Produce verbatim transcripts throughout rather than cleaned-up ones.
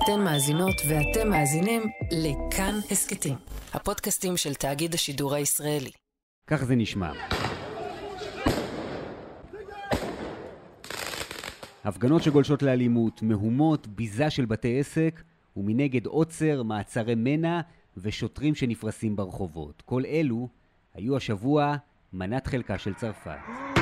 אתן מאזינות ואתם מאזינים לכאן הסקטים, הפודקאסטים של תאגיד השידור הישראלי. כך זה נשמע. הפגנות שגולשות לאלימות, מהומות, ביזה של בתי עסק, ומנגד עוצר, מעצרי מנע ושוטרים שנפרסים ברחובות. כל אלו היו השבוע מנת חלקה של צרפת.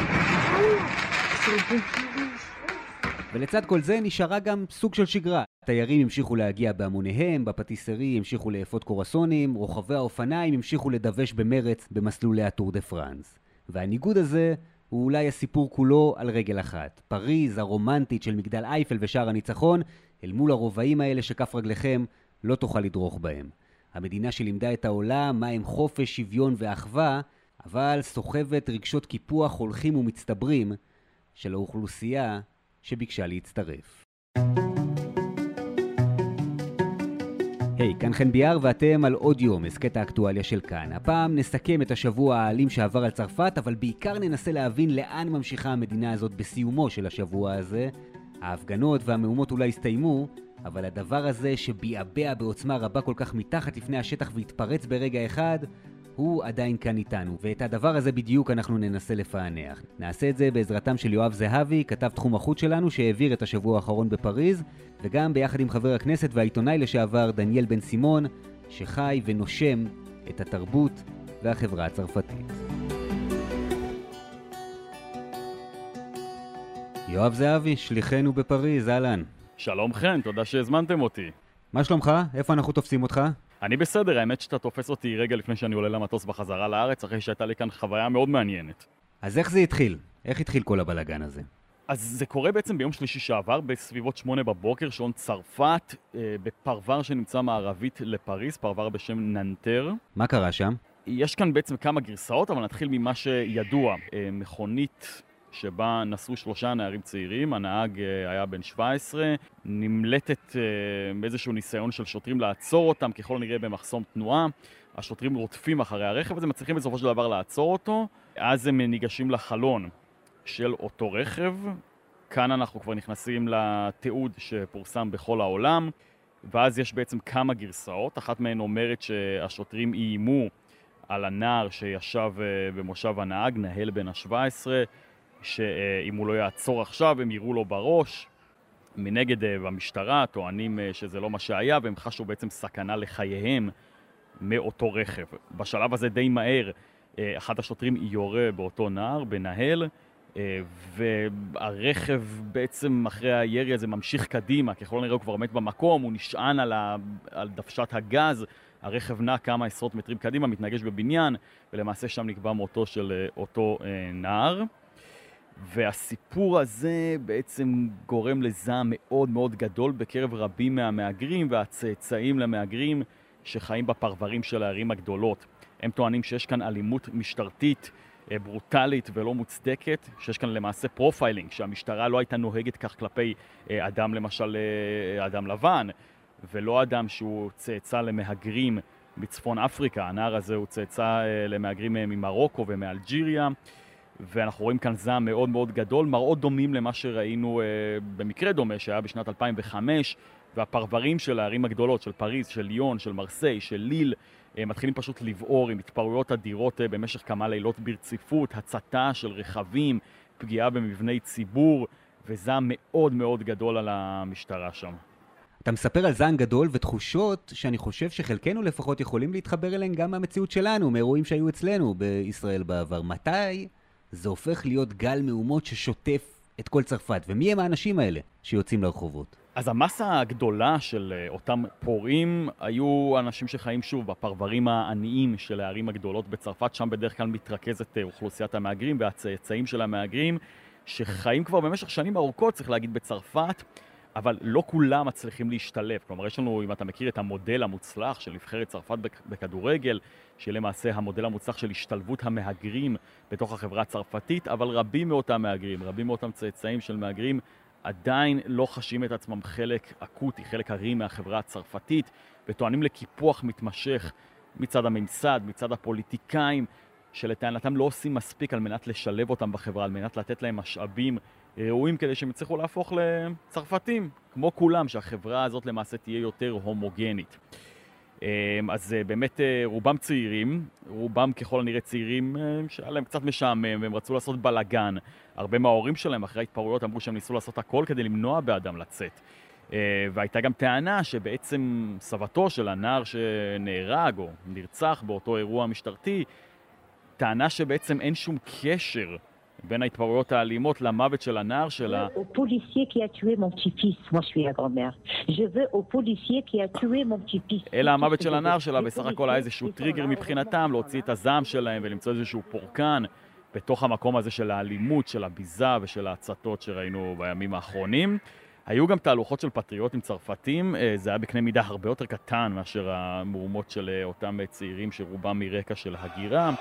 ולצד כל זה נשארה גם סוג של שגרה. תיירים המשיכו להגיע בהמוניהם, בפטיסרי המשיכו לאפות קורסונים, רוכבי האופניים המשיכו לדווש במרץ במסלולי הטור דה פרנס. והניגוד הזה הוא אולי הסיפור כולו על רגל אחת. פריז הרומנטית של מגדל אייפל ושער הניצחון, אל מול הרובעים האלה שכף רגליכם לא תוכל לדרוך בהם. המדינה שלימדה את העולם מה הם חופש, שוויון ואחווה, אבל סוחבת רגשות קיפוח הולכים ומצטברים של האוכלוסייה שביקשה להצטרף. היי, כאן חן ביאר ואתם על עוד יום, הסקט האקטואליה של כאן. הפעם נסכם את השבוע האלים שעבר על צרפת, אבל בעיקר ננסה להבין לאן ממשיכה המדינה הזאת בסיומו של השבוע הזה. ההפגנות והמהומות אולי הסתיימו, אבל הדבר הזה שביעבע בעוצמה רבה כל כך מתחת לפני השטח והתפרץ ברגע אחד, הוא עדיין כאן איתנו, ואת הדבר הזה בדיוק אנחנו ננסה לפענח. נעשה את זה בעזרתם של יואב זהבי, כתב תחום החוץ שלנו שהעביר את השבוע האחרון בפריז, וגם ביחד עם חבר הכנסת והעיתונאי לשעבר דניאל בן סימון, שחי ונושם את התרבות והחברה הצרפתית. יואב זהבי, שליחנו בפריז, אהלן. שלום חן, תודה שהזמנתם אותי. מה שלומך? איפה אנחנו תופסים אותך? אני בסדר, האמת שאתה תופס אותי רגע לפני שאני עולה למטוס בחזרה לארץ, אחרי שהייתה לי כאן חוויה מאוד מעניינת. אז איך זה התחיל? איך התחיל כל הבלגן הזה? אז זה קורה בעצם ביום שלישי שעבר, בסביבות שמונה בבוקר, שעון צרפת, בפרבר שנמצא מערבית לפריז, פרבר בשם ננטר. מה קרה שם? יש כאן בעצם כמה גרסאות, אבל נתחיל ממה שידוע. מכונית שבה נסעו שלושה נערים צעירים, הנהג היה בן שבע עשרה, נמלטת באיזשהו ניסיון של שוטרים לעצור אותם, ככל נראה במחסום תנועה. השוטרים רודפים אחרי הרכב הזה, מצליחים בסופו של דבר לעצור אותו, אז הם ניגשים לחלון של אותו רכב. כאן אנחנו כבר נכנסים לתיעוד שפורסם בכל העולם, ואז יש בעצם כמה גרסאות. אחת מהן אומרת שהשוטרים איימו על הנער שישב במושב הנהג, נהל בן ה-שבע עשרה, שאם הוא לא יעצור עכשיו הם יראו לו בראש. מנגד במשטרה טוענים שזה לא מה שהיה, והם חשו בעצם סכנה לחייהם מאותו רכב. בשלב הזה די מהר אחד השוטרים יורה באותו נער, בנהל, והרכב בעצם אחרי הירי הזה ממשיך קדימה, ככל נראה הוא כבר מת במקום, הוא נשען על, ה... על דוושת הגז, הרכב נע כמה עשרות מטרים קדימה, מתנגש בבניין, ולמעשה שם נקבע מותו של אותו נער. והסיפור הזה בעצם גורם לזעם מאוד מאוד גדול בקרב רבים מהמהגרים והצאצאים למהגרים שחיים בפרברים של הערים הגדולות. הם טוענים שיש כאן אלימות משטרתית ברוטלית ולא מוצדקת, שיש כאן למעשה פרופיילינג, שהמשטרה לא הייתה נוהגת כך כלפי אדם למשל אדם לבן, ולא אדם שהוא צאצא למהגרים בצפון אפריקה. הנער הזה הוא צאצא למהגרים ממרוקו ומאלג'יריה, ואנחנו רואים כאן זעם מאוד מאוד גדול, מראות דומים למה שראינו במקרה דומה שהיה בשנת אלפיים וחמש, והפרברים של הערים הגדולות, של פריז, של ליון, של מרסיי, של ליל, מתחילים פשוט לבעור עם התפרעויות אדירות במשך כמה לילות ברציפות, הצתה של רכבים, פגיעה במבני ציבור, וזעם מאוד מאוד גדול על המשטרה שם. אתה מספר על זעם גדול ותחושות שאני חושב שחלקנו לפחות יכולים להתחבר אליהן גם מהמציאות שלנו, מאירועים שהיו אצלנו בישראל בעבר. מתי זה הופך להיות גל מהומות ששוטף את כל צרפת? ומי הם האנשים האלה שיוצאים לרחובות? אז המסה הגדולה של אותם פורעים היו אנשים שחיים שוב בפרברים העניים של הערים הגדולות בצרפת, שם בדרך כלל מתרכזת אוכלוסיית המהגרים והצאצאים של המהגרים, שחיים כבר במשך שנים ארוכות, צריך להגיד, בצרפת, אבל לא כולם מצליחים להשתלב. כלומר, יש לנו, אם אתה מכיר את המודל המוצלח של נבחרת צרפת בכדורגל, שלמעשה המודל המוצלח של השתלבות המהגרים בתוך החברה הצרפתית, אבל רבים מאותם מהגרים, רבים מאותם צאצאים של מהגרים, עדיין לא חשים את עצמם חלק אקוטי, חלק הרי מהחברה הצרפתית, וטוענים לקיפוח מתמשך מצד הממסד, מצד הפוליטיקאים, שלטענתם לא עושים מספיק על מנת לשלב אותם בחברה, על מנת לתת להם משאבים ראויים כדי שהם יצליחו להפוך לצרפתים, כמו כולם, שהחברה הזאת למעשה תהיה יותר הומוגנית. אז באמת רובם צעירים, רובם ככל הנראה צעירים שהיה להם קצת משעמם, והם רצו לעשות בלגן. הרבה מההורים שלהם אחרי ההתפרעויות אמרו שהם ניסו לעשות הכל כדי למנוע באדם לצאת. והייתה גם טענה שבעצם סבתו של הנער שנהרג או נרצח באותו אירוע משטרתי, טענה שבעצם אין שום קשר בין ההתפרעויות האלימות למוות של הנער שלה. Au policier qui a tué mon petit-fils, moi je suis la grand-mère. Je veux au policier qui a tué mon petit-fils. אלא המוות של הנער שלה בסך הכל היה איזשהו טריגר מבחינתם להוציא את הזעם שלהם ולמצוא איזשהו פורקן בתוך המקום הזה של האלימות, של הביזה ושל ההצתות שראינו בימים האחרונים. היו גם תהלוכות של פטריוטים צרפתים, זה היה בקנה מידה הרבה יותר קטן מאשר המהומות של אותם צעירים שרובם מרקע של הגירה.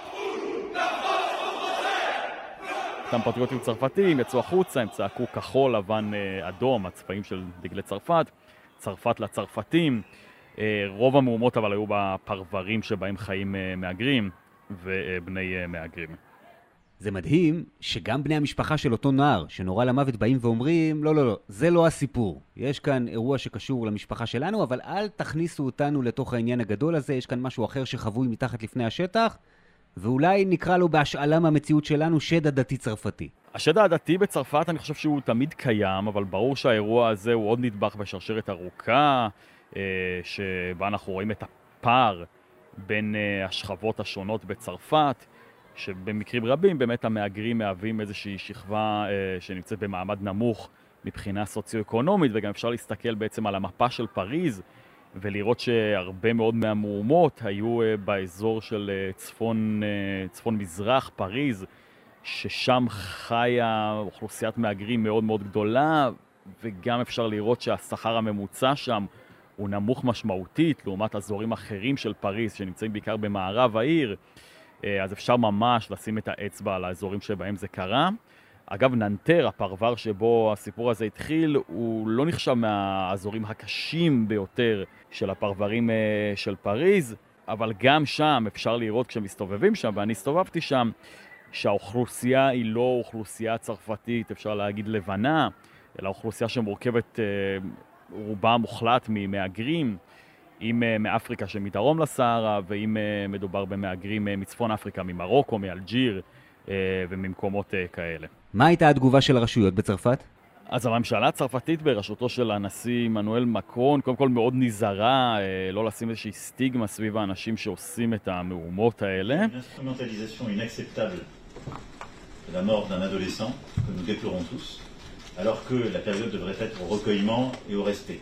אותם פטריוטים צרפתים יצאו החוצה, הם צעקו כחול, לבן, אדום, הצבעים של דגלי צרפת, צרפת לצרפתים. רוב המהומות אבל היו בפרברים שבהם חיים מהגרים ובני מהגרים. זה מדהים שגם בני המשפחה של אותו נער שנורא למוות באים ואומרים, לא, לא, לא, זה לא הסיפור. יש כאן אירוע שקשור למשפחה שלנו, אבל אל תכניסו אותנו לתוך העניין הגדול הזה, יש כאן משהו אחר שחבוי מתחת לפני השטח, ואולי נקרא לו בהשאלה מהמציאות שלנו שד הדתי צרפתי. השד הדתי בצרפת אני חושב שהוא תמיד קיים, אבל ברור שהאירוע הזה הוא עוד נדבך בשרשרת ארוכה, שבה אנחנו רואים את הפער בין השכבות השונות בצרפת, שבמקרים רבים באמת המהגרים מהווים איזושהי שכבה שנמצאת במעמד נמוך מבחינה סוציו-אקונומית, וגם אפשר להסתכל בעצם על המפה של פריז, ולראות שהרבה מאוד מהמהומות היו באזור של צפון, צפון מזרח, פריז, ששם חיה אוכלוסיית מהגרים מאוד מאוד גדולה, וגם אפשר לראות שהשכר הממוצע שם הוא נמוך משמעותית, לעומת אזורים אחרים של פריז שנמצאים בעיקר במערב העיר. אז אפשר ממש לשים את האצבע על האזורים שבהם זה קרה. אגב, ננטר, הפרבר שבו הסיפור הזה התחיל, הוא לא נחשב מהאזורים הקשים ביותר של הפרברים של פריז, אבל גם שם אפשר לראות כשמסתובבים שם, ואני הסתובבתי שם, שהאוכלוסייה היא לא אוכלוסייה צרפתית, אפשר להגיד לבנה, אלא אוכלוסייה שמורכבת רובה מוחלט ממהגרים, אם מאפריקה שמדרום לסהרה, ואם מדובר במהגרים מצפון אפריקה, ממרוקו, מאלג'יר וממקומות כאלה. מה הייתה התגובה של הרשויות בצרפת? אז הממשלה הצרפתית בראשותו של הנשיא מנואל מקרון, קודם כל מאוד נזהרה לא לשים איזושהי סטיגמה סביב האנשים שעושים את המהומות האלה. L'instrumentalisation inacceptable de la mort d'un adolescent, que nous déplorons tous, alors que la période devrait être au recueillement et au respect.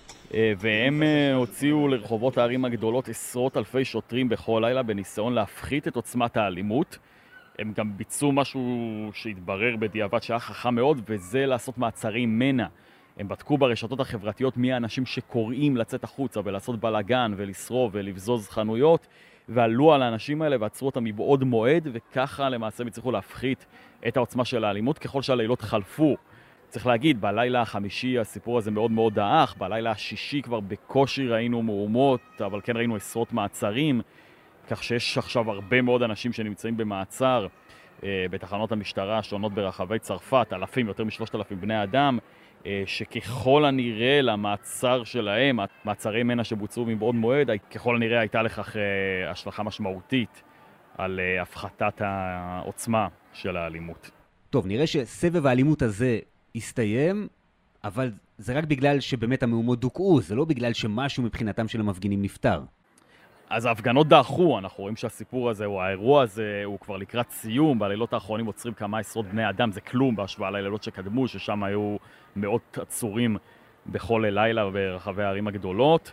והם הוציאו לרחובות הערים הגדולות עשרות אלפי שוטרים בכל לילה בניסיון להפחית את עוצמת האלימות. הם גם ביצעו משהו שהתברר בדיעבד שהיה חכם מאוד, וזה לעשות מעצרים מנע. הם בדקו ברשתות החברתיות מי האנשים שקוראים לצאת החוצה ולעשות בלגן ולשרוף ולבזוז חנויות, ועלו על האנשים האלה ועצרו אותם מבעוד מועד, וככה למעשה הם הצליחו להפחית את העוצמה של האלימות ככל שהלילות חלפו. צריך להגיד, בלילה החמישי הסיפור הזה מאוד מאוד דאח, בלילה השישי כבר בקושי ראינו מהומות, אבל כן ראינו עשרות מעצרים, כך שיש עכשיו הרבה מאוד אנשים שנמצאים במעצר אה, בתחנות המשטרה השונות ברחבי צרפת, אלפים, יותר משלושת אלפים בני אדם, אה, שככל הנראה למעצר שלהם, מעצרי מנע שבוצעו מבעוד מועד, ככל הנראה הייתה לכך אה, השלכה משמעותית על אה, הפחתת העוצמה של האלימות. טוב, נראה שסבב האלימות הזה הסתיים, אבל זה רק בגלל שבאמת המהומות דוקאו, זה לא בגלל שמשהו מבחינתם של המפגינים נפטר. אז ההפגנות דעכו, אנחנו רואים שהסיפור הזה, או האירוע הזה, הוא כבר לקראת סיום, בלילות האחרונים עוצרים כמה עשרות בני אדם, זה כלום בהשוואה ללילות שקדמו, ששם היו מאות עצורים בכל לילה ברחבי הערים הגדולות.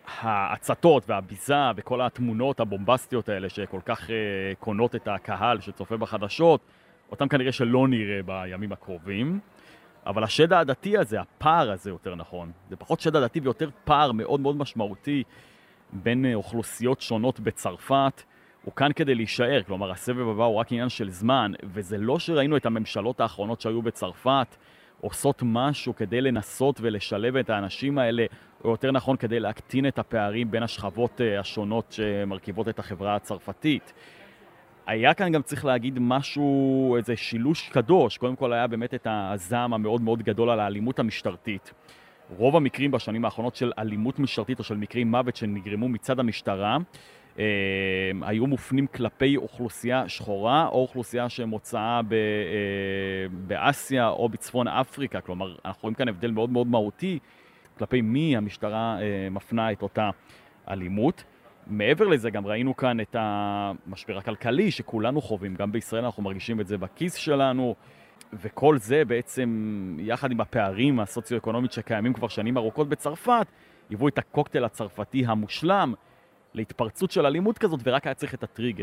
ההצתות והביזה וכל התמונות הבומבסטיות האלה שכל כך uh, קונות את הקהל שצופה בחדשות, אותם כנראה שלא נראה בימים הקרובים. אבל השד הדתי הזה, הפער הזה יותר נכון, זה פחות שד הדתי ויותר פער מאוד מאוד משמעותי בין אוכלוסיות שונות בצרפת, הוא כאן כדי להישאר, כלומר הסבב הבא הוא רק עניין של זמן, וזה לא שראינו את הממשלות האחרונות שהיו בצרפת עושות משהו כדי לנסות ולשלב את האנשים האלה, או יותר נכון כדי להקטין את הפערים בין השכבות השונות שמרכיבות את החברה הצרפתית. היה כאן גם צריך להגיד משהו, איזה שילוש קדוש. קודם כל היה באמת את הזעם המאוד מאוד גדול על האלימות המשטרתית. רוב המקרים בשנים האחרונות של אלימות משטרתית או של מקרי מוות שנגרמו מצד המשטרה, אה, היו מופנים כלפי אוכלוסייה שחורה או אוכלוסייה שמוצאה ב, אה, באסיה או בצפון אפריקה. כלומר, אנחנו רואים כאן הבדל מאוד מאוד מהותי כלפי מי המשטרה אה, מפנה את אותה אלימות. מעבר לזה גם ראינו כאן את המשבר הכלכלי שכולנו חווים, גם בישראל אנחנו מרגישים את זה בכיס שלנו, וכל זה בעצם יחד עם הפערים הסוציו-אקונומית שקיימים כבר שנים ארוכות בצרפת, היוו את הקוקטייל הצרפתי המושלם להתפרצות של אלימות כזאת, ורק היה צריך את הטריגר.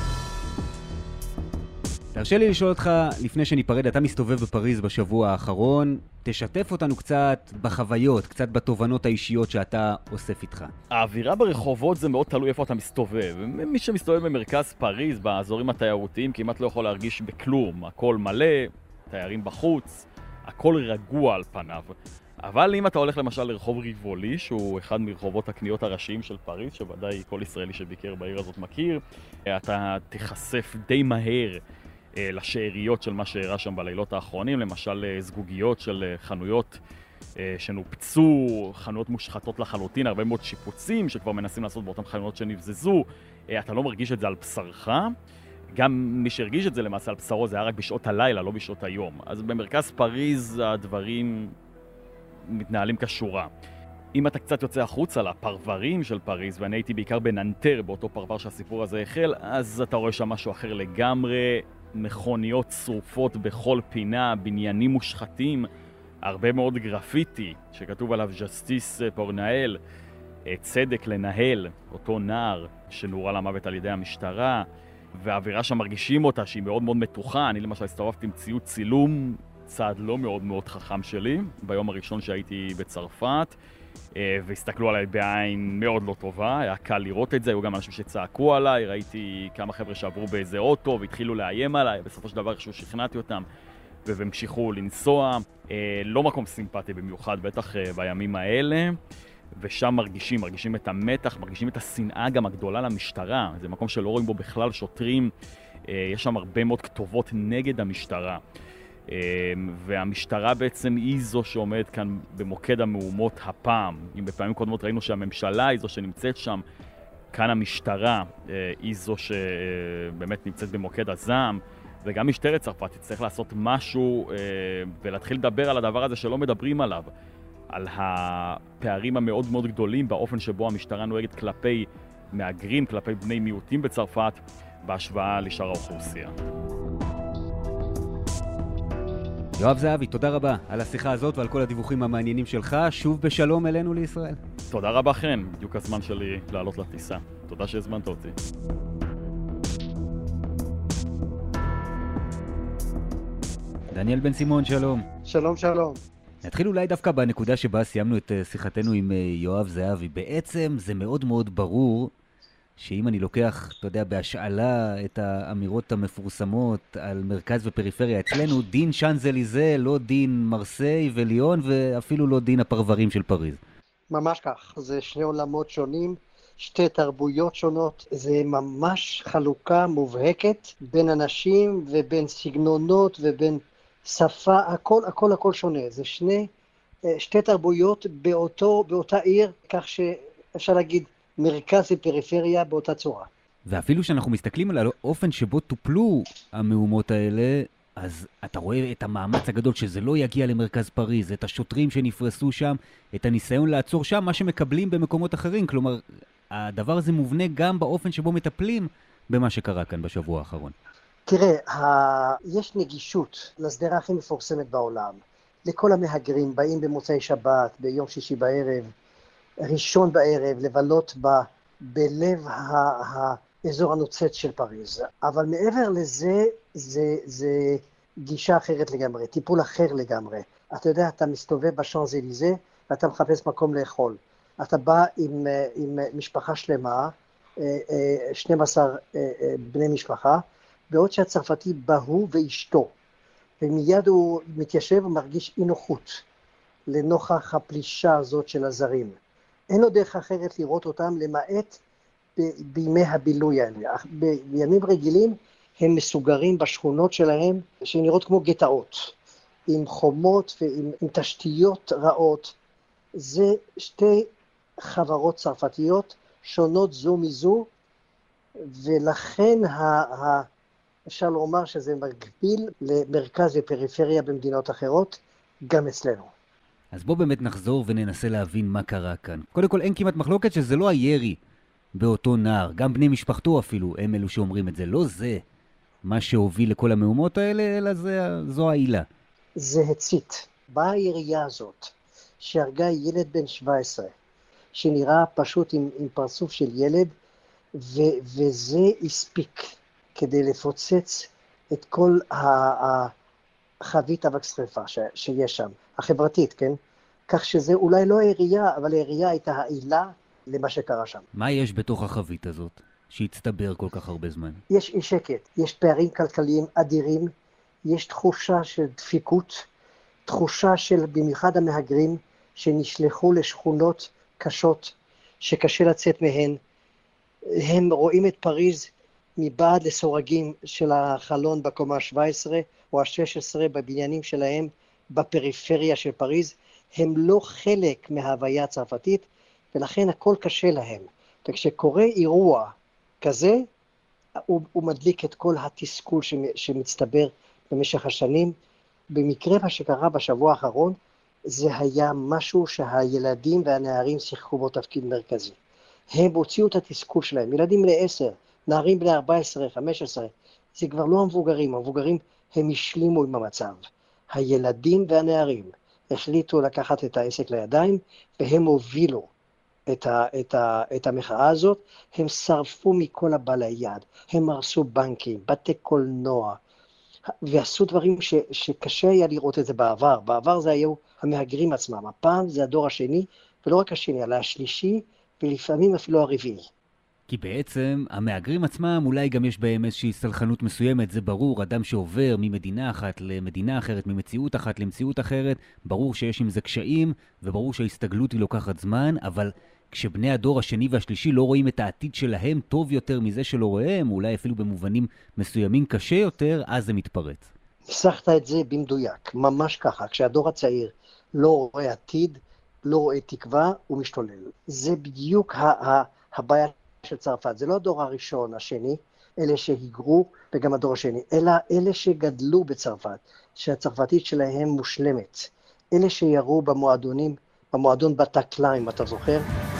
תרשה לי לשאול אותך, לפני שניפרד, אתה מסתובב בפריז בשבוע האחרון, תשתף אותנו קצת בחוויות, קצת בתובנות האישיות שאתה אוסף איתך. האווירה ברחובות זה מאוד תלוי איפה אתה מסתובב. מי שמסתובב במרכז פריז, באזורים התיירותיים, כמעט לא יכול להרגיש בכלום. הכל מלא, תיירים בחוץ, הכל רגוע על פניו. אבל אם אתה הולך למשל לרחוב ריבולי, שהוא אחד מרחובות הקניות הראשיים של פריז, שוודאי כל ישראלי שביקר בעיר הזאת מכיר, אתה תיחשף די מהר לשאריות של מה שאירע שם בלילות האחרונים, למשל זגוגיות של חנויות שנופצו, חנויות מושחתות לחלוטין, הרבה מאוד שיפוצים שכבר מנסים לעשות באותן חנויות שנבזזו. אתה לא מרגיש את זה על בשרך. גם מי שהרגיש את זה למעשה על בשרו זה היה רק בשעות הלילה, לא בשעות היום. אז במרכז פריז הדברים מתנהלים כשורה. אם אתה קצת יוצא החוצה לפרברים של פריז, ואני הייתי בעיקר בננטר באותו פרבר שהסיפור הזה החל, אז אתה רואה שם משהו אחר לגמרי, מכוניות שרופות בכל פינה, בניינים מושחתים, הרבה מאוד גרפיטי שכתוב עליו ג'סטיס פור נהל, צדק לנהל, אותו נער שנורה למוות על ידי המשטרה, והאווירה שם מרגישים אותה שהיא מאוד מאוד מתוחה. אני למשל הסתובבתי עם ציוד צילום, צעד לא מאוד מאוד חכם שלי, ביום הראשון שהייתי בצרפת, והסתכלו עליי בעין מאוד לא טובה, היה קל לראות את זה, היו גם אנשים שצעקו עליי, ראיתי כמה חבר'ה שעברו באיזה אוטו והתחילו לאיים עליי, בסופו של דבר איכשהו שכנעתי אותם והמשיכו לנסוע. לא מקום סימפטי במיוחד, בטח בימים האלה, ושם מרגישים, מרגישים את המתח, מרגישים את השנאה גם הגדולה למשטרה. זה מקום שלא רואים בו בכלל שוטרים, יש שם הרבה מאוד כתובות נגד המשטרה. והמשטרה בעצם היא זו שעומדת כאן במוקד המהומות הפעם. אם בפעמים קודמות ראינו שהממשלה היא זו שנמצאת שם, כאן המשטרה היא זו שבאמת נמצאת במוקד הזעם, וגם משטרת צרפת תצטרך לעשות משהו ולהתחיל לדבר על הדבר הזה שלא מדברים עליו, על הפערים המאוד מאוד גדולים באופן שבו המשטרה נוהגת כלפי מהגרים, כלפי בני מיעוטים בצרפת, בהשוואה לשאר האוכלוסייה. יואב זהבי, תודה רבה על השיחה הזאת ועל כל הדיווחים המעניינים שלך. שוב בשלום אלינו לישראל. תודה רבה חן, בדיוק הזמן שלי לעלות לטיסה. תודה שהזמנת אותי. דניאל בן סימון, שלום. שלום, שלום. נתחיל אולי דווקא בנקודה שבה סיימנו את שיחתנו עם יואב זהבי. בעצם זה מאוד מאוד ברור שאם אני לוקח, אתה יודע, בהשאלה את האמירות המפורסמות על מרכז ופריפריה אצלנו, דין שאנזליזה, לא דין מרסיי וליון, ואפילו לא דין הפרברים של פריז. ממש כך. זה שני עולמות שונים, שתי תרבויות שונות. זה ממש חלוקה מובהקת בין אנשים ובין סגנונות ובין שפה, הכל, הכל, הכל שונה. זה שני, שתי תרבויות באותו, באותה עיר, כך שאפשר להגיד, מרכז ופריפריה באותה צורה. ואפילו שאנחנו מסתכלים על האופן שבו טופלו המהומות האלה, אז אתה רואה את המאמץ הגדול שזה לא יגיע למרכז פריז, את השוטרים שנפרסו שם, את הניסיון לעצור שם, מה שמקבלים במקומות אחרים. כלומר, הדבר הזה מובנה גם באופן שבו מטפלים במה שקרה כאן בשבוע האחרון. תראה, ה... יש נגישות לסדרה הכי מפורסמת בעולם. לכל המהגרים באים במוצאי שבת, ביום שישי בערב, ראשון בערב, לבלות ב, בלב ה, האזור הנוצץ של פריז. אבל מעבר לזה, זה, זה גישה אחרת לגמרי, טיפול אחר לגמרי. אתה יודע, אתה מסתובב בשאנזליזה, ואתה מחפש מקום לאכול. אתה בא עם, עם משפחה שלמה, שנים עשר בני משפחה, בעוד שהצרפתי בא הוא ואשתו. ומיד הוא מתיישב ומרגיש אי נוחות לנוכח הפלישה הזאת של הזרים. אין לו דרך אחרת לראות אותם למעט ב- בימי הבילוי האלה. בימים רגילים הם מסוגרים בשכונות שלהם, שנראות כמו גטאות, עם חומות ועם עם תשתיות רעות. זה שתי חברות צרפתיות שונות זו מזו, ולכן ה, ה, אפשר לומר שזה מקביל למרכז ופריפריה במדינות אחרות, גם אצלנו. אז בוא באמת נחזור וננסה להבין מה קרה כאן. קודם כל, אין כמעט מחלוקת שזה לא הירי באותו נער, גם בני משפחתו אפילו, הם אלו שאומרים את זה. לא זה מה שהוביל לכל המהומות האלה, אלא זה, זו העילה. זה הצית. באה העירייה הזאת, שהרגה ילד בן שבע עשרה, שנראה פשוט עם, עם פרצוף של ילד, ו, וזה הספיק כדי לפוצץ את כל החבית אבק שריפה ש, שיש שם, החברתית, כן? כך שזה אולי לא העירייה, אבל העירייה הייתה העילה למה שקרה שם. מה יש בתוך החבית הזאת שהצטבר כל כך הרבה זמן? יש אי שקט, יש פערים כלכליים אדירים, יש תחושה של דפיקות, תחושה של במיוחד המהגרים שנשלחו לשכונות קשות, שקשה לצאת מהן. הם רואים את פריז מבעד לסורגים של החלון בקומה ה-שבע עשרה או ה-שש עשרה בבניינים שלהם בפריפריה של פריז. הם לא חלק מההוויה הצרפתית, ולכן הכל קשה להם. וכשקורה אירוע כזה, הוא, הוא מדליק את כל התסכול שמצטבר במשך השנים. במקרה מה שקרה בשבוע האחרון, זה היה משהו שהילדים והנערים שיחקו בו תפקיד מרכזי. הם הוציאו את התסכול שלהם, ילדים בני עשר, נערים בני ארבע עשרה, חמש עשרה, זה כבר לא המבוגרים, המבוגרים הם השלימו עם המצב. הילדים והנערים החליטו לקחת את העסק לידיים, והם הובילו את, ה, את, ה, את המחאה הזאת. הם שרפו מכל הבא ליד, הם הרסו בנקים, בתי קולנוע, ועשו דברים ש, שקשה היה לראות את זה בעבר. בעבר זה היו המהגרים עצמם, הפעם זה הדור השני, ולא רק השני, אלא השלישי, ולפעמים אפילו הרביעי. כי בעצם המהגרים עצמם אולי גם יש בהם איזושהי סלחנות מסוימת, זה ברור, אדם שעובר ממדינה אחת למדינה אחרת, ממציאות אחת למציאות אחרת, ברור שיש עם זה קשיים, וברור שההסתגלות היא לוקחת זמן, אבל כשבני הדור השני והשלישי לא רואים את העתיד שלהם טוב יותר מזה של הוריהם, אולי אפילו במובנים מסוימים קשה יותר, אז זה מתפרץ. ניסחת את זה במדויק, ממש ככה, כשהדור הצעיר לא רואה עתיד, לא רואה תקווה, הוא משתולל. זה בדיוק ה- ה- הבעיה של צרפת. זה לא הדור הראשון, השני, אלה שהיגרו, וגם הדור השני, אלא אלה שגדלו בצרפת, שהצרפתית שלהם מושלמת. אלה שירו במועדונים, במועדון בטקליים, אם אתה זוכר.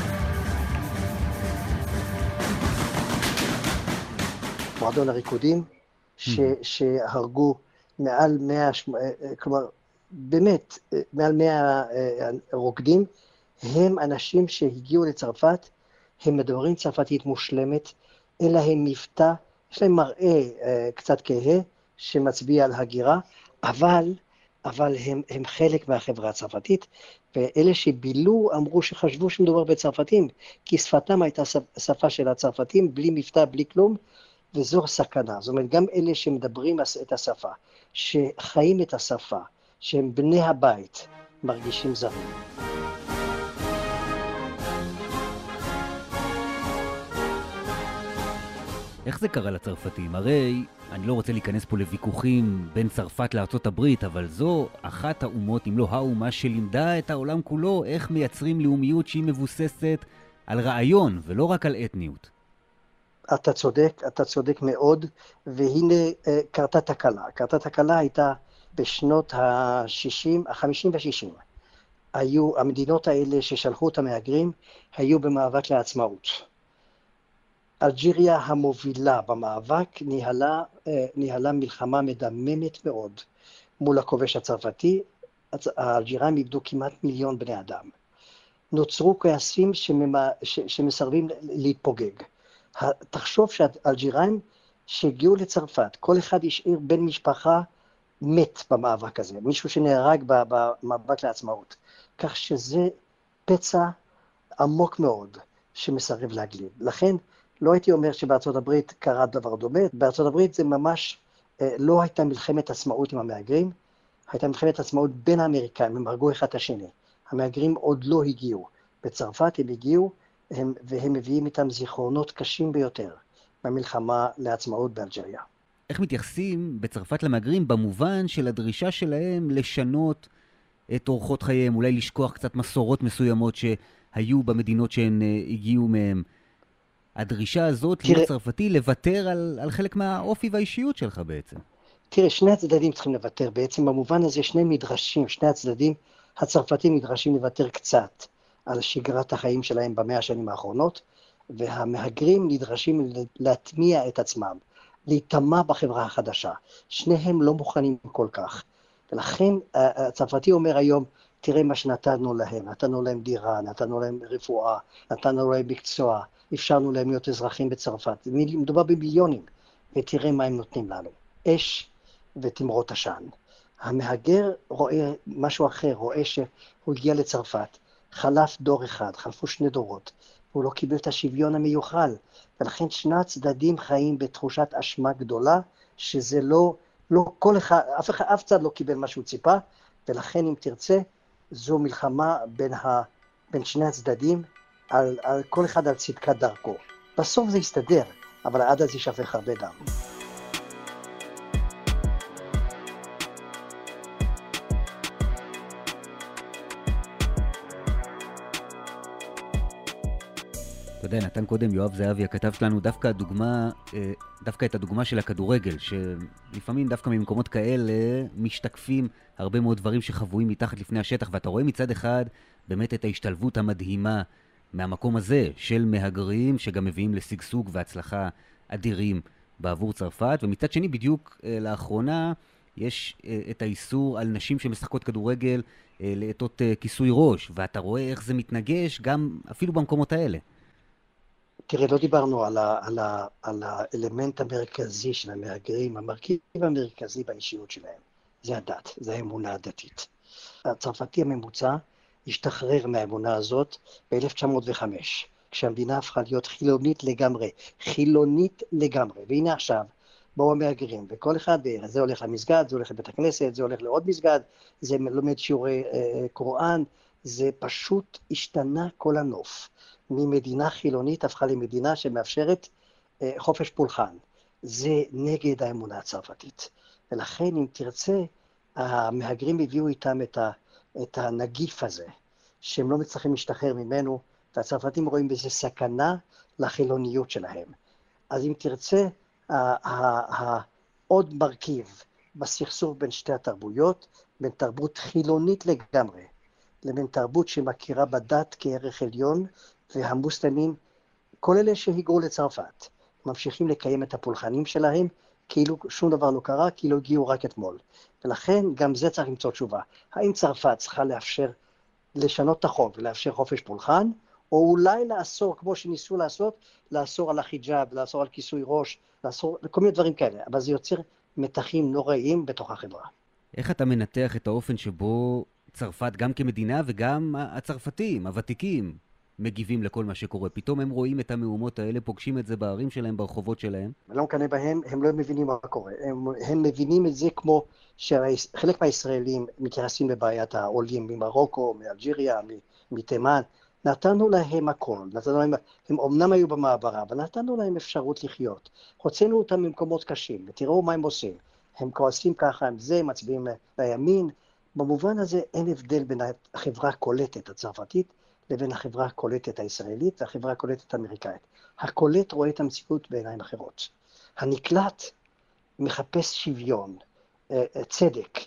מועדון הריקודים, ש- שהרגו מעל מאה, כלומר, באמת, מעל מאה רוקדים, הם אנשים שהגיעו לצרפת, הם מדברים צרפתית מושלמת, אין להם מבטא, יש להם מראה קצת כהה, שמצביע על הגירה, אבל, אבל הם, הם חלק מהחברה הצרפתית, ואלה שבילו אמרו שחשבו שמדובר בצרפתים, כי שפתם הייתה שפה של הצרפתים, בלי מבטא, בלי כלום, וזו הסכנה. זאת אומרת, גם אלה שמדברים את השפה, שחיים את השפה, שהם בני הבית, מרגישים זרים. איך זה קרה לצרפתים? הרי אני לא רוצה להיכנס פה לוויכוחים בין צרפת לארצות הברית, אבל זו אחת האומות, אם לא האומה, שלימדה את העולם כולו איך מייצרים לאומיות שהיא מבוססת על רעיון ולא רק על אתניות. אתה צודק, אתה צודק מאוד, והנה קרתה תקלה. קרתה תקלה הייתה בשנות ה-שישים, ה-חמישים ו-שישים. היו, המדינות האלה ששלחו את המהגרים, היו במאבק לעצמאות. אלג'יריה המובילה במאבק ניהלה, ניהלה מלחמה מדממת מאוד מול הכובש הצרפתי. האלג'יראים איבדו כמעט מיליון בני אדם. נוצרו כעסים שממה, ש, שמסרבים להתפוגג. תחשוב שהאלג'יראים שהגיעו לצרפת, כל אחד השאיר בן משפחה מת במאבק הזה, מישהו שנהרג במאבק לעצמאות. כך שזה פצע עמוק מאוד שמסרב להגליד. לכן לא הייתי אומר שבארצות הברית קרה דבר דומה. בארצות הברית זה ממש לא הייתה מלחמת עצמאות עם המהגרים, הייתה מלחמת עצמאות בין האמריקאים, הם הרגו אחד את השני. המהגרים עוד לא הגיעו. בצרפת הם הגיעו, הם, והם מביאים איתם זיכרונות קשים ביותר במלחמה לעצמאות באלג'יריה. איך מתייחסים בצרפת למהגרים במובן של הדרישה שלהם לשנות את אורחות חייהם, אולי לשכוח קצת מסורות מסוימות שהיו במדינות שהן הגיעו מהם. הדרישה הזאת תראה, לצרפתי לוותר על, על חלק מהאופי והאישיות שלך בעצם. תראה, שני הצדדים צריכים לוותר. בעצם במובן הזה שני מדרשים, שני הצדדים, הצרפתים מדרשים לוותר קצת על שגרת החיים שלהם במאה השנים האחרונות, והמהגרים נדרשים להטמיע את עצמם, להתאמה בחברה החדשה. שניהם לא מוכנים כל כך. ולכן הצרפתי אומר היום, תראה מה שנתנו להם, נתנו להם דירה, נתנו להם רפואה, נתנו להם מקצוע, אפשרנו להם להיות אזרחים בצרפת. מדובר במיליונים, ותראה מה הם נותנים לנו. אש ותמרות עשן. המהגר רואה משהו אחר, רואה שהוא הגיע לצרפת, חלף דור אחד, חלפו שני דורות, והוא לא קיבל את השוויון המיוחל, ולכן שני הצדדים חיים בתחושת אשמה גדולה, שזה לא, לא כל אחד, אף אחד, אף צד לא קיבל מה שהוא ציפה, ולכן אם תרצה, זו מלחמה בין, ה, בין שני הצדדים, על, על כל אחד על צדקת דרכו. בסוף זה יסתדר, אבל עד אז ישפך הרבה דם. אתה יודע, נתן קודם יואב זהבי, הכתב שלנו, דווקא הדוגמה, דווקא את הדוגמה של הכדורגל, שלפעמים דווקא ממקומות כאלה משתקפים הרבה מאוד דברים שחבויים מתחת לפני השטח, ואתה רואה מצד אחד באמת את ההשתלבות המדהימה מהמקום הזה של מהגרים, שגם מביאים לשגשוג והצלחה אדירים בעבור צרפת, ומצד שני בדיוק לאחרונה יש את האיסור על נשים שמשחקות כדורגל לעתות כיסוי ראש, ואתה רואה איך זה מתנגש גם אפילו במקומות האלה. תראה, לא דיברנו על, ה, על, ה, על האלמנט המרכזי של המהגרים, המרכיב המרכזי באישיות שלהם. זה הדת, זה האמונה הדתית. הצרפתי הממוצע השתחרר מהאמונה הזאת ב-אלף תשע מאות וחמש, כשהמדינה הפכה להיות חילונית לגמרי, חילונית לגמרי. והנה עכשיו, באו המהגרים, וכל אחד, זה הולך למסגד, זה הולך לבית הכנסת, זה הולך לעוד מסגד, זה לומד שיעורי אה, קוראן, זה פשוט השתנה כל הנוף. ממדינה חילונית הפכה למדינה שמאפשרת אה, חופש פולחן. זה נגד האמונה הצרפתית. ולכן אם תרצה, המהגרים הביאו איתם את, ה, את הנגיף הזה, שהם לא מצליחים להשתחרר ממנו, והצרפתים רואים בזה סכנה לחילוניות שלהם. אז אם תרצה, עוד מרכיב בסכסוך בין שתי התרבויות, בין תרבות חילונית לגמרי, לבין תרבות שמכירה בדת כערך עליון, והמוסלמים, כל אלה שהיגרו לצרפת, ממשיכים לקיים את הפולחנים שלהם, כאילו שום דבר לא קרה, כאילו הגיעו רק אתמול. ולכן גם זה צריך למצוא תשובה. האם צרפת צריכה לאפשר, לשנות את החוק ולאפשר חופש פולחן, או אולי לאסור, כמו שניסו לעשות, לאסור על החיג'אב, לאסור על כיסוי ראש, לאסור כל מיני דברים כאלה. אבל זה יוצר מתחים נוראים בתוך החברה. איך אתה מנתח את האופן שבו צרפת, גם כמדינה וגם הצרפתים, הוותיקים, מגיבים לכל מה שקורה? פתאום הם רואים את המהומות האלה, פוגשים את זה בערים שלהם, ברחובות שלהם? אני לא מקנא בהם, הם לא מבינים מה קורה. הם, הם מבינים את זה כמו שחלק מהישראלים מתייחסים לבעיית העולים ממרוקו, מאלג'יריה, מתימן. נתנו להם הכל, נתנו להם, הם אומנם היו במעברה, אבל נתנו להם אפשרות לחיות. הוצאנו אותם ממקומות קשים, ותראו מה הם עושים. הם כועסים ככה עם זה, מצביעים לימין. במובן הזה אין הבדל בין החברה הקולטת הצרפתית, לבין החברה הקולטת הישראלית והחברה הקולטת האמריקאית. הקולט רואה את המציאות בעיניים אחרות. הנקלט מחפש שוויון, צדק.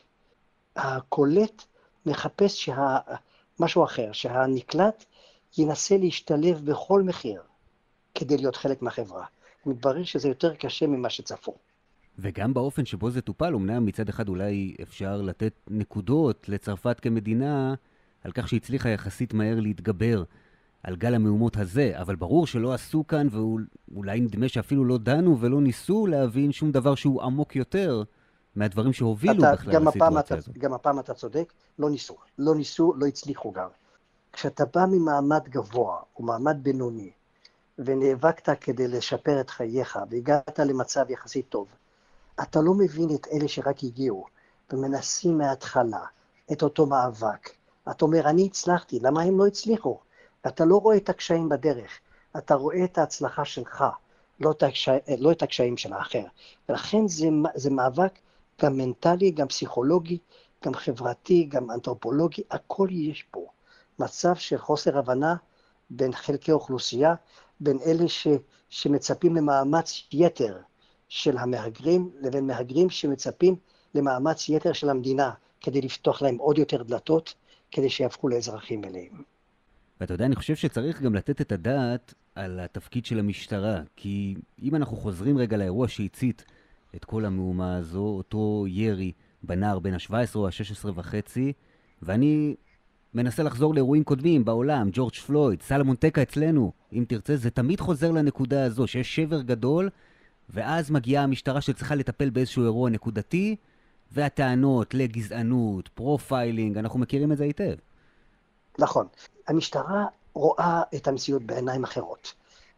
הקולט מחפש שה... משהו אחר, שהנקלט ינסה להשתלב בכל מחיר כדי להיות חלק מהחברה. מתברר שזה יותר קשה ממה שצפו. וגם באופן שבו זה טופל, אמנם מצד אחד אולי אפשר לתת נקודות לצרפת כמדינה, על כך שהצליחה יחסית מהר להתגבר על גל המהומות הזה, אבל ברור שלא עשו כאן, ואולי נדמה שאפילו לא דנו ולא ניסו להבין שום דבר שהוא עמוק יותר מהדברים שהובילו אתה, בכלל לסיטואציה הזאת. גם הפעם אתה צודק, לא ניסו. לא ניסו, לא הצליחו גם. כשאתה בא ממעמד גבוה ומעמד בינוני, ונאבקת כדי לשפר את חייך, והגעת למצב יחסית טוב, אתה לא מבין את אלה שרק הגיעו, ומנסים מההתחלה את אותו מאבק. אתה אומר, אני הצלחתי, למה הם לא הצליחו? אתה לא רואה את הקשיים בדרך, אתה רואה את ההצלחה שלך, לא את, הקש... לא את הקשיים של האחר. ולכן זה, זה מאבק גם מנטלי, גם פסיכולוגי, גם חברתי, גם אנתרופולוגי, הכל יש פה. מצב של חוסר הבנה בין חלקי אוכלוסייה, בין אלה ש... שמצפים למאמץ יתר של המהגרים, לבין מהגרים שמצפים למאמץ יתר של המדינה, כדי לפתוח להם עוד יותר דלתות, כדי שיהפכו לאזרחים מלאים. ואתה יודע, אני חושב שצריך גם לתת את הדעת על התפקיד של המשטרה, כי אם אנחנו חוזרים רגע לאירוע שהצית את כל המהומה הזו, אותו ירי בנער בין ה-שבע עשרה או ה-שש עשרה וחצי, ואני מנסה לחזור לאירועים קודמים בעולם, ג'ורג' פלויד, סלומון טקה אצלנו, אם תרצה, זה תמיד חוזר לנקודה הזו, שיש שבר גדול, ואז מגיעה המשטרה שצריכה לטפל באיזשהו אירוע נקודתי, והטענות לגזענות, פרופיילינג, אנחנו מכירים את זה היטב. נכון. המשטרה רואה את המציאות בעיניים אחרות.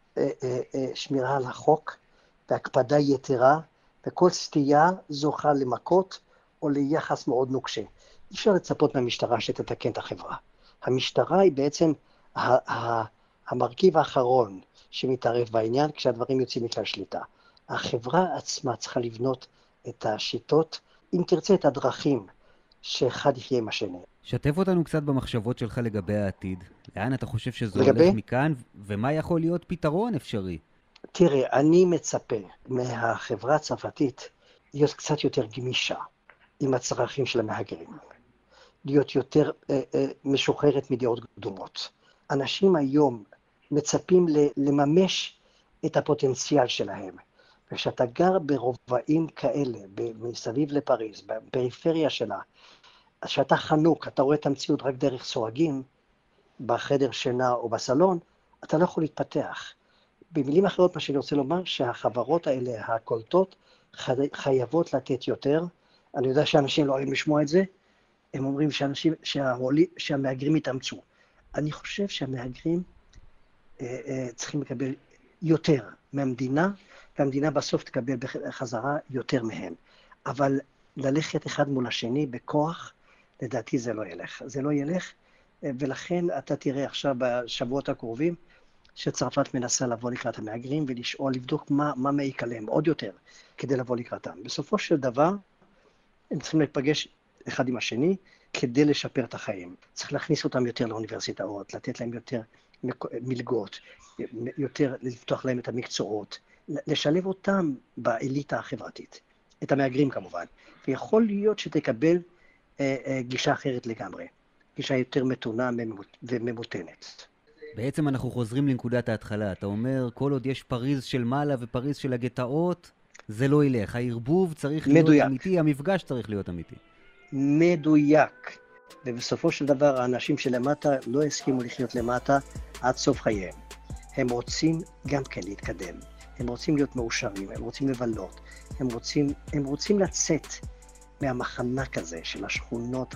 שמירה על החוק והקפדה יתרה, וכל סטייה זוכה למכות או ליחס מאוד נוקשה. אי אפשר לצפות מהמשטרה שתתקן את החברה. המשטרה היא בעצם המרכיב האחרון שמתערב בעניין כשהדברים יוצאים מכלל שליטה. החברה עצמה צריכה לבנות את השיטות, אם תרצה את הדרכים שאחד יחיה עם השני. שתף אותנו קצת במחשבות שלך לגבי העתיד. לאן אתה חושב שזה לגבי? הולך מכאן, ומה יכול להיות פתרון אפשרי? תראה, אני מצפה מהחברה הצרפתית להיות קצת יותר גמישה עם הצרכים של המהגרים. להיות יותר אה, אה, משוחררת מדעות קדומות. אנשים היום מצפים לממש את הפוטנציאל שלהם. וכשאתה גר ברובעים כאלה, מסביב לפריז, בפריפריה שלה, אז שאתה חנוק, אתה רואה את המציאות רק דרך סורגים, בחדר שינה או בסלון, אתה לא יכול להתפתח. במילים אחרות, מה שאני רוצה לומר, שהחברות האלה, הקולטות, חייבות לתת יותר. אני יודע שאנשים לא אוהבים לשמוע את זה, הם אומרים שאנשים, שהעולים, שהמהגרים יתאמצו. אני חושב שהמהגרים אה, אה, צריכים לקבל יותר מהמדינה, והמדינה בסוף תקבל בחזרה יותר מהם. אבל ללכת אחד מול השני בכוח, לדעתי זה לא ילך. זה לא ילך, ולכן אתה תראה עכשיו בשבועות הקרובים, שצרפת מנסה לבוא לקראת המהגרים, ולשאול, לבדוק מה, מה מעיק עליהם עוד יותר, כדי לבוא לקראתם. בסופו של דבר, הם צריכים להיפגש אחד עם השני, כדי לשפר את החיים. צריך להכניס אותם יותר לאוניברסיטאות, לתת להם יותר מלגות, יותר לפתוח להם את המקצועות, לשלב אותם באליטה החברתית, את המהגרים כמובן. ויכול להיות שתקבל אה, אה, גישה אחרת לגמרי, גישה יותר מתונה וממותנת. בעצם אנחנו חוזרים לנקודת ההתחלה. אתה אומר, כל עוד יש פריז של מעלה ופריז של הגטאות, זה לא ילך. הערבוב צריך להיות מדויק. אמיתי, המפגש צריך להיות אמיתי. מדויק. ובסופו של דבר, האנשים שלמטה לא הסכימו לחיות למטה עד סוף חייהם. הם רוצים גם כן להתקדם. הם רוצים להיות מאושרים, הם רוצים לבלות. הם רוצים, הם רוצים לצאת מהמחנק הזה של השכונות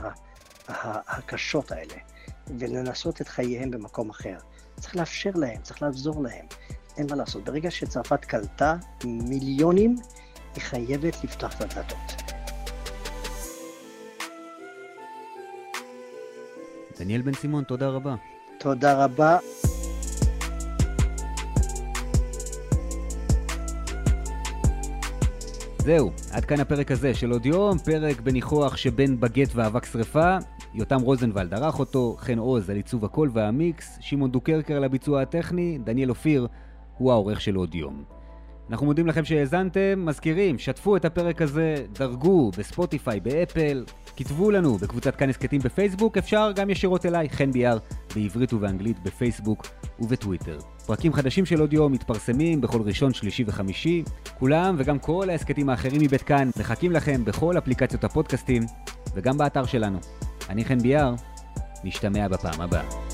הקשות האלה, ולנסות את חייהם במקום אחר. צריך לאפשר להם, צריך לעזור להם. אין מה לעשות. ברגע שצרפת קלטה מיליונים, היא חייבת לפתוח את הדלתות. דניאל בן סימון, תודה רבה. תודה רבה. זהו, עד כאן הפרק הזה של עוד יום, פרק בניחוח שבין בגט ואבק שריפה. יותם רוזנבלד ערך אותו, חן עוז על עיצוב הקול והמיקס, שמעון דוקרקר על הביצוע הטכני, דניאל אופיר הוא העורך של עוד יום. אנחנו מודים לכם שהאזנתם, מזכירים, שתפו את הפרק הזה, דרגו בספוטיפיי, באפל, כתבו לנו בקבוצת כאן הסקטים בפייסבוק, אפשר גם ישירות אליי, חן ביאר, בעברית ובאנגלית בפייסבוק ובטוויטר. פרקים חדשים של עוד יום מתפרסמים בכל ראשון, שלישי וחמישי. כולם וגם כל ההסקטים האחרים מבית כאן מחכים לכם בכל אפליקציות הפודקאסטים וגם באתר שלנו. אני חן ביאר, נשתמע בפעם הבאה.